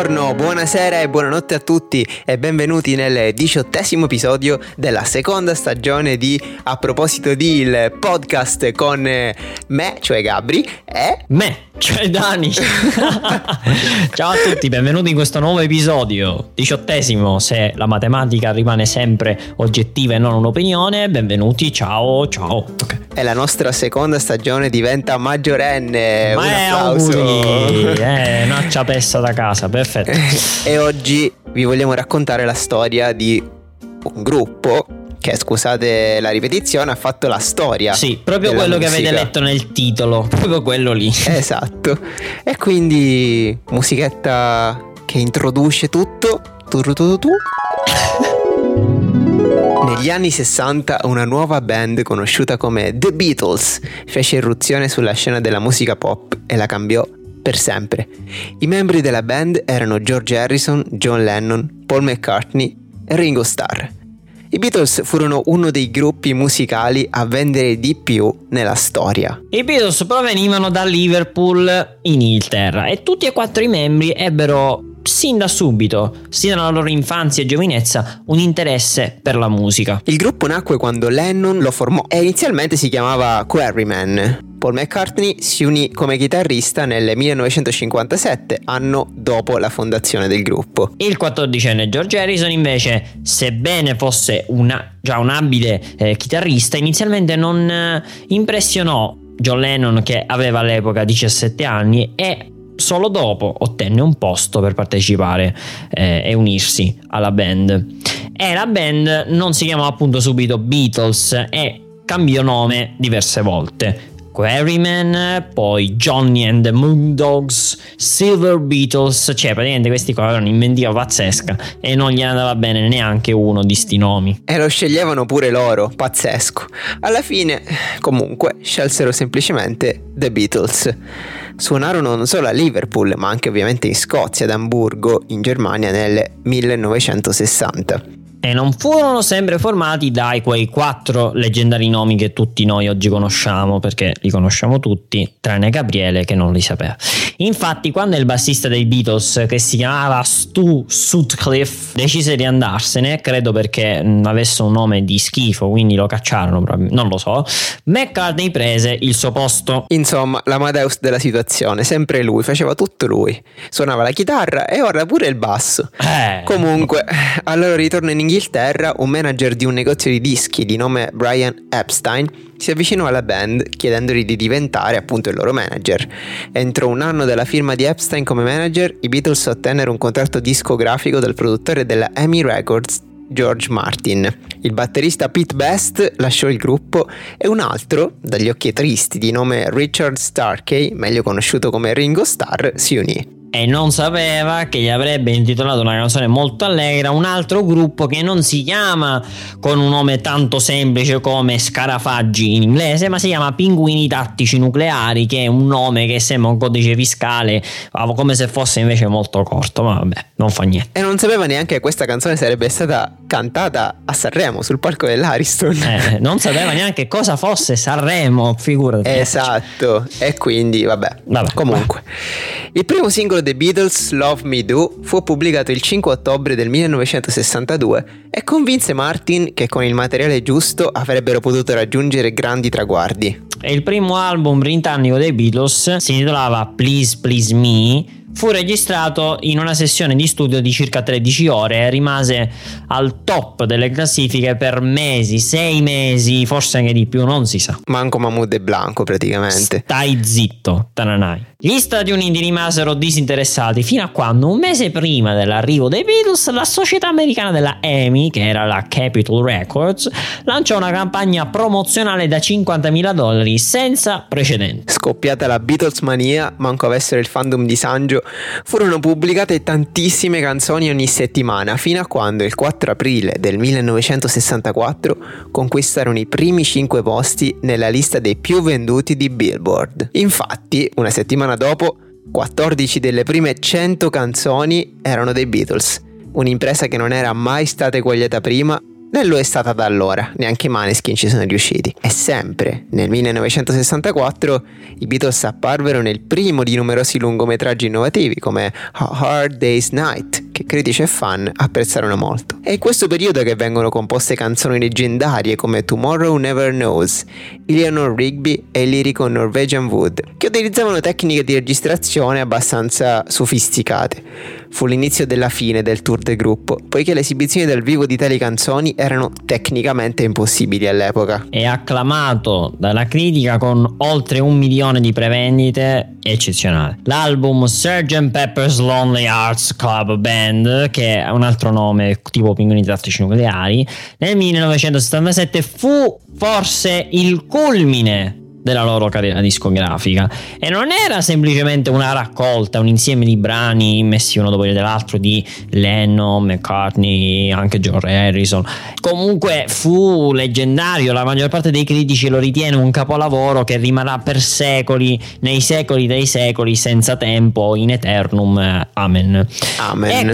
Buongiorno, buonasera e buonanotte a tutti e benvenuti nel 18° episodio della seconda stagione di A proposito di, il podcast con me, cioè Gabri, e me, cioè Dani. Ciao a tutti, benvenuti in questo nuovo episodio, 18°, se la matematica rimane sempre oggettiva e non un'opinione. Benvenuti, ciao. Okay. E la nostra seconda stagione diventa maggiorenne. Ma un applauso. Una ciapessa da casa, perfetto. E oggi vi vogliamo raccontare la storia di un gruppo che, scusate la ripetizione, ha fatto la storia. Sì, proprio quello musica. Che avete letto nel titolo, proprio quello lì. Esatto. E quindi musichetta che introduce tutto. Negli anni 60 una nuova band conosciuta come The Beatles fece irruzione sulla scena della musica pop e la cambiò per sempre. I membri della band erano George Harrison, John Lennon, Paul McCartney e Ringo Starr. I Beatles furono uno dei gruppi musicali a vendere di più nella storia. I Beatles provenivano da Liverpool, in Inghilterra, e tutti e 4 i membri ebbero sin da subito, sin dalla loro infanzia e giovinezza, un interesse per la musica. Il gruppo nacque quando Lennon lo formò e inizialmente si chiamava Quarrymen. Paul McCartney si unì come chitarrista nel 1957, anno dopo la fondazione del gruppo. Il 14enne George Harrison invece, sebbene fosse già un abile chitarrista, inizialmente non impressionò John Lennon, che aveva all'epoca 17 anni, e solo dopo ottenne un posto per partecipare e unirsi alla band. E la band non si chiamò appunto subito Beatles e cambiò nome diverse volte. Quarrymen, poi Johnny and the Moondogs, Silver Beatles, cioè praticamente questi qua avevano un'inventiva pazzesca e non gli andava bene neanche uno di sti nomi. E lo sceglievano pure loro, pazzesco. Alla fine, comunque, scelsero semplicemente The Beatles. Suonarono non solo a Liverpool, ma anche ovviamente in Scozia, ad Amburgo, in Germania nel 1960. E non furono sempre formati dai quei 4 leggendari nomi che tutti noi oggi conosciamo, perché li conosciamo tutti, tranne Gabriele che non li sapeva. Infatti, quando il bassista dei Beatles, che si chiamava Stu Sutcliffe, decise di andarsene, credo perché avesse un nome di schifo, quindi lo cacciarono, non lo so, McCartney prese il suo posto. Insomma, l'Amadeus della situazione, sempre lui, faceva tutto lui, suonava la chitarra e ora pure il basso. Comunque, al loro ritorno in Inghilterra, un manager di un negozio di dischi di nome Brian Epstein si avvicinò alla band chiedendogli di diventare appunto il loro manager. Entro un anno dalla firma di Epstein come manager, i Beatles ottennero un contratto discografico dal produttore della EMI Records, George Martin. Il batterista Pete Best lasciò il gruppo e un altro, dagli occhi tristi, di nome Richard Starkey, meglio conosciuto come Ringo Starr, si unì. E non sapeva che gli avrebbe intitolato una canzone molto allegra un altro gruppo che non si chiama con un nome tanto semplice come Scarafaggi in inglese, ma si chiama Pinguini Tattici Nucleari, che è un nome che sembra un codice fiscale, come se fosse invece molto corto, ma vabbè, non fa niente. E non sapeva neanche che questa canzone sarebbe stata cantata a Sanremo, sul palco dell'Ariston. Non sapeva neanche cosa fosse Sanremo, figurati. Esatto, e quindi vabbè. Comunque, il primo singolo The Beatles, Love Me Do, fu pubblicato il 5 ottobre del 1962 e convinse Martin che con il materiale giusto avrebbero potuto raggiungere grandi traguardi. E il primo album britannico dei Beatles si intitolava Please Please Me. Fu registrato in una sessione di studio di circa 13 ore e rimase al top delle classifiche per mesi, 6 mesi, forse anche di più, non si sa. Manco Mahmood e Blanco praticamente. Stai zitto, Tananai. Gli Stati Uniti rimasero disinteressati fino a quando, un mese prima dell'arrivo dei Beatles, la società americana della EMI, che era la Capitol Records, lanciò una campagna promozionale da $50.000 senza precedenti. Scoppiata la Beatles mania, manco avessero il fandom di Sanjo, furono pubblicate tantissime canzoni ogni settimana, fino a quando il 4 aprile del 1964 conquistarono i primi 5 posti nella lista dei più venduti di Billboard. Infatti, una settimana dopo, 14 delle prime 100 canzoni erano dei Beatles, un'impresa che non era mai stata eguagliata prima né lo è stata da allora, neanche i Maneskin ci sono riusciti. E sempre nel 1964 i Beatles apparvero nel primo di numerosi lungometraggi innovativi come A Hard Day's Night, che critici e fan apprezzarono molto. È in questo periodo che vengono composte canzoni leggendarie come Tomorrow Never Knows, Eleanor Rigby e il lirico Norwegian Wood, che utilizzavano tecniche di registrazione abbastanza sofisticate. Fu l'inizio della fine del tour del gruppo, poiché le esibizioni dal vivo di tali canzoni erano tecnicamente impossibili all'epoca. È acclamato dalla critica con oltre 1 milione di prevendite, eccezionale. L'album Sgt. Pepper's Lonely Hearts Club Band, che è un altro nome tipo Pinguini Tattici Nucleari, nel 1977 fu forse il culmine della loro carriera discografica, e non era semplicemente una raccolta, un insieme di brani messi uno dopo l'altro di Lennon, McCartney, anche George Harrison. Comunque fu leggendario, la maggior parte dei critici lo ritiene un capolavoro che rimarrà per secoli, nei secoli dei secoli, senza tempo, in eternum, amen. E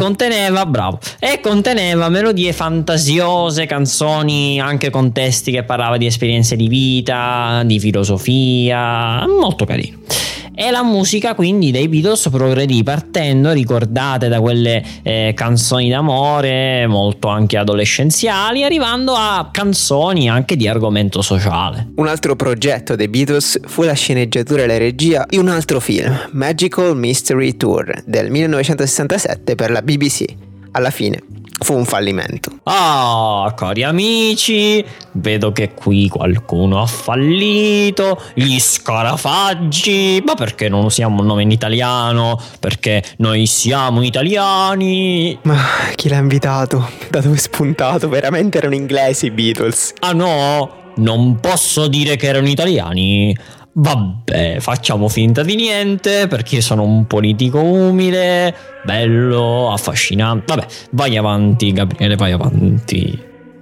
conteneva melodie fantasiose, canzoni anche con testi che parlava di esperienze di vita, di filosofia, molto carino. E la musica quindi dei Beatles progredì partendo, ricordate, da quelle canzoni d'amore molto anche adolescenziali, arrivando a canzoni anche di argomento sociale. Un altro progetto dei Beatles fu la sceneggiatura e la regia di un altro film, Magical Mystery Tour del 1967 per la BBC. Alla fine fu un fallimento. Cari amici, vedo che qui qualcuno ha fallito. Gli Scarafaggi. Ma perché non usiamo un nome in italiano? Perché noi siamo italiani. Ma chi l'ha invitato? Da dove è spuntato? Veramente erano inglesi i Beatles. Ah no, non posso dire che erano italiani. Vabbè, facciamo finta di niente, perché io sono un politico umile, bello, affascinante. Vabbè, vai avanti Gabriele, vai avanti.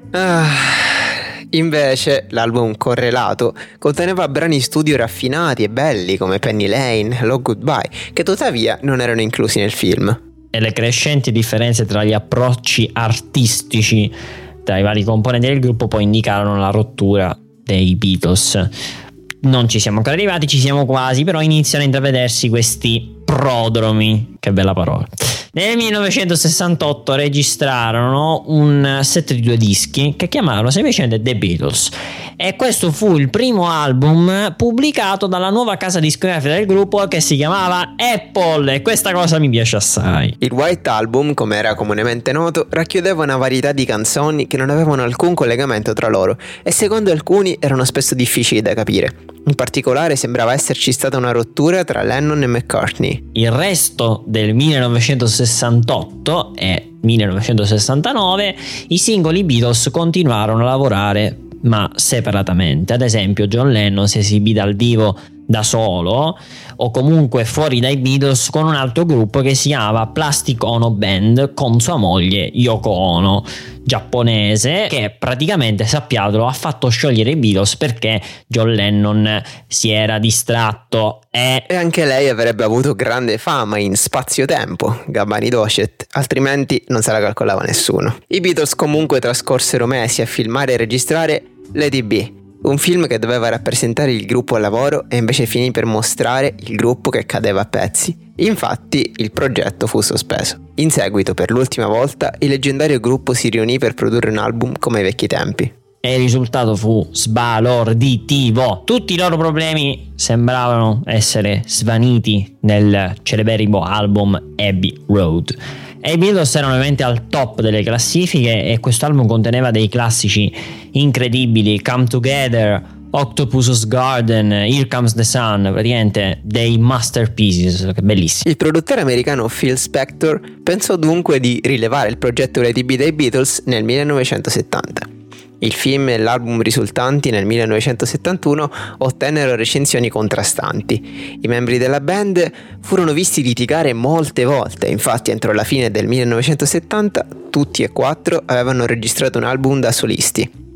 Invece l'album correlato conteneva brani studio raffinati e belli come Penny Lane, Hello Goodbye, che tuttavia non erano inclusi nel film. E le crescenti differenze tra gli approcci artistici tra i vari componenti del gruppo poi indicarono la rottura dei Beatles. Non ci siamo ancora arrivati, ci siamo quasi, però iniziano a intravedersi questi prodromi, che bella parola. Nel 1968 registrarono un set di 2 dischi che chiamarono semplicemente The Beatles, e questo fu il primo album pubblicato dalla nuova casa discografica del gruppo, che si chiamava Apple, e questa cosa mi piace assai. Il White Album, come era comunemente noto, racchiudeva una varietà di canzoni che non avevano alcun collegamento tra loro e secondo alcuni erano spesso difficili da capire. In particolare sembrava esserci stata una rottura tra Lennon e McCartney. Il resto del 1968 e 1969 i singoli Beatles continuarono a lavorare, ma separatamente. Ad esempio John Lennon si esibì dal vivo da solo o comunque fuori dai Beatles con un altro gruppo che si chiamava Plastic Ono Band con sua moglie Yoko Ono, giapponese, che praticamente, sappiatelo, ha fatto sciogliere i Beatles perché John Lennon si era distratto e anche lei avrebbe avuto grande fama in spazio-tempo, Gabbani Docet, altrimenti non se la calcolava nessuno. I Beatles comunque trascorsero mesi a filmare e registrare Let It Be, un film che doveva rappresentare il gruppo al lavoro e invece finì per mostrare il gruppo che cadeva a pezzi. Infatti il progetto fu sospeso. In seguito, per l'ultima volta, il leggendario gruppo si riunì per produrre un album come ai vecchi tempi. E il risultato fu sbalorditivo. Tutti i loro problemi sembravano essere svaniti nel celeberrimo album Abbey Road. E i Beatles erano ovviamente al top delle classifiche, e questo album conteneva dei classici incredibili: Come Together, Octopus's Garden, Here Comes the Sun, praticamente dei masterpieces, bellissimi. Il produttore americano Phil Spector pensò dunque di rilevare il progetto Let It Be dei Beatles nel 1970. Il film e l'album risultanti nel 1971 ottennero recensioni contrastanti. I membri della band furono visti litigare molte volte, infatti entro la fine del 1970 tutti e 4 avevano registrato un album da solisti.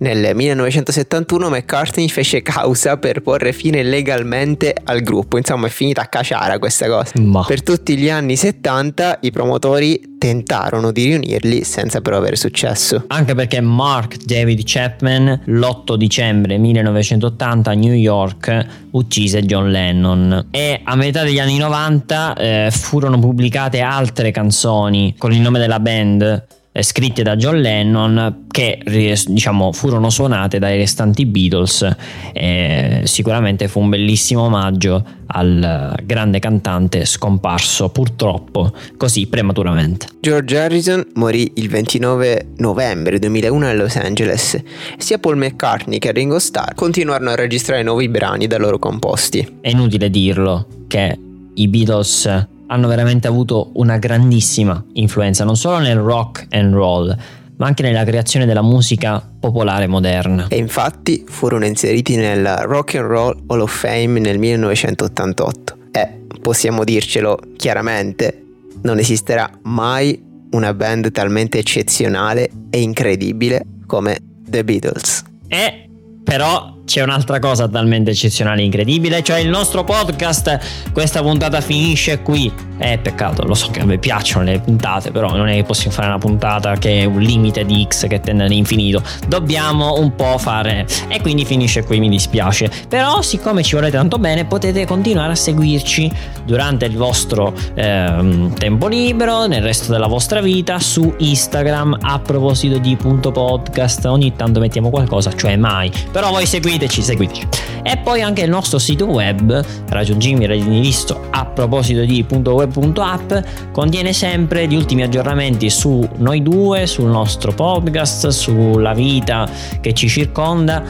Nel 1971 McCartney fece causa per porre fine legalmente al gruppo, insomma è finita a caciara questa cosa. Per tutti gli anni 70 i promotori tentarono di riunirli senza però avere successo. Anche perché Mark David Chapman l'8 dicembre 1980 a New York uccise John Lennon, e a metà degli anni 90 furono pubblicate altre canzoni con il nome della band scritte da John Lennon, che diciamo furono suonate dai restanti Beatles. Sicuramente fu un bellissimo omaggio al grande cantante scomparso purtroppo così prematuramente. George Harrison morì il 29 novembre 2001 a Los Angeles. Sia Paul McCartney che Ringo Starr continuarono a registrare nuovi brani da loro composti. È inutile dirlo che i Beatles hanno veramente avuto una grandissima influenza non solo nel rock and roll, ma anche nella creazione della musica popolare moderna. E infatti furono inseriti nella Rock and Roll Hall of Fame nel 1988. E possiamo dircelo chiaramente, non esisterà mai una band talmente eccezionale e incredibile come The Beatles. Però c'è un'altra cosa talmente eccezionale e incredibile, cioè il nostro podcast. Questa puntata finisce qui. Peccato, lo so che a me piacciono le puntate, però non è che possiamo fare una puntata che è un limite di X che tende all'infinito. Dobbiamo un po' fare, e quindi finisce qui, mi dispiace. Però siccome ci volete tanto bene, potete continuare a seguirci durante il vostro tempo libero, nel resto della vostra vita, su Instagram a proposito di .podcast. Ogni tanto mettiamo qualcosa, cioè mai, però voi seguiteci. E poi anche il nostro sito web raggiungibile a proposito di .web.app contiene sempre gli ultimi aggiornamenti su noi due, sul nostro podcast, sulla vita che ci circonda,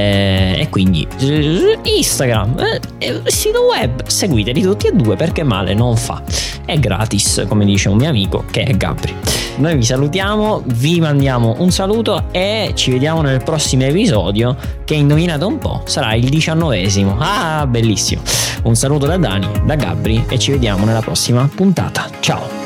e quindi Instagram, sito web, seguiteli tutti e due perché male non fa, è gratis, come dice un mio amico che è Gabri. Noi vi salutiamo, vi mandiamo un saluto e ci vediamo nel prossimo episodio, che indovinate un po', sarà il 19esimo. Ah, bellissimo. Un saluto da Dani, da Gabri, e ci vediamo nella prossima puntata. Ciao.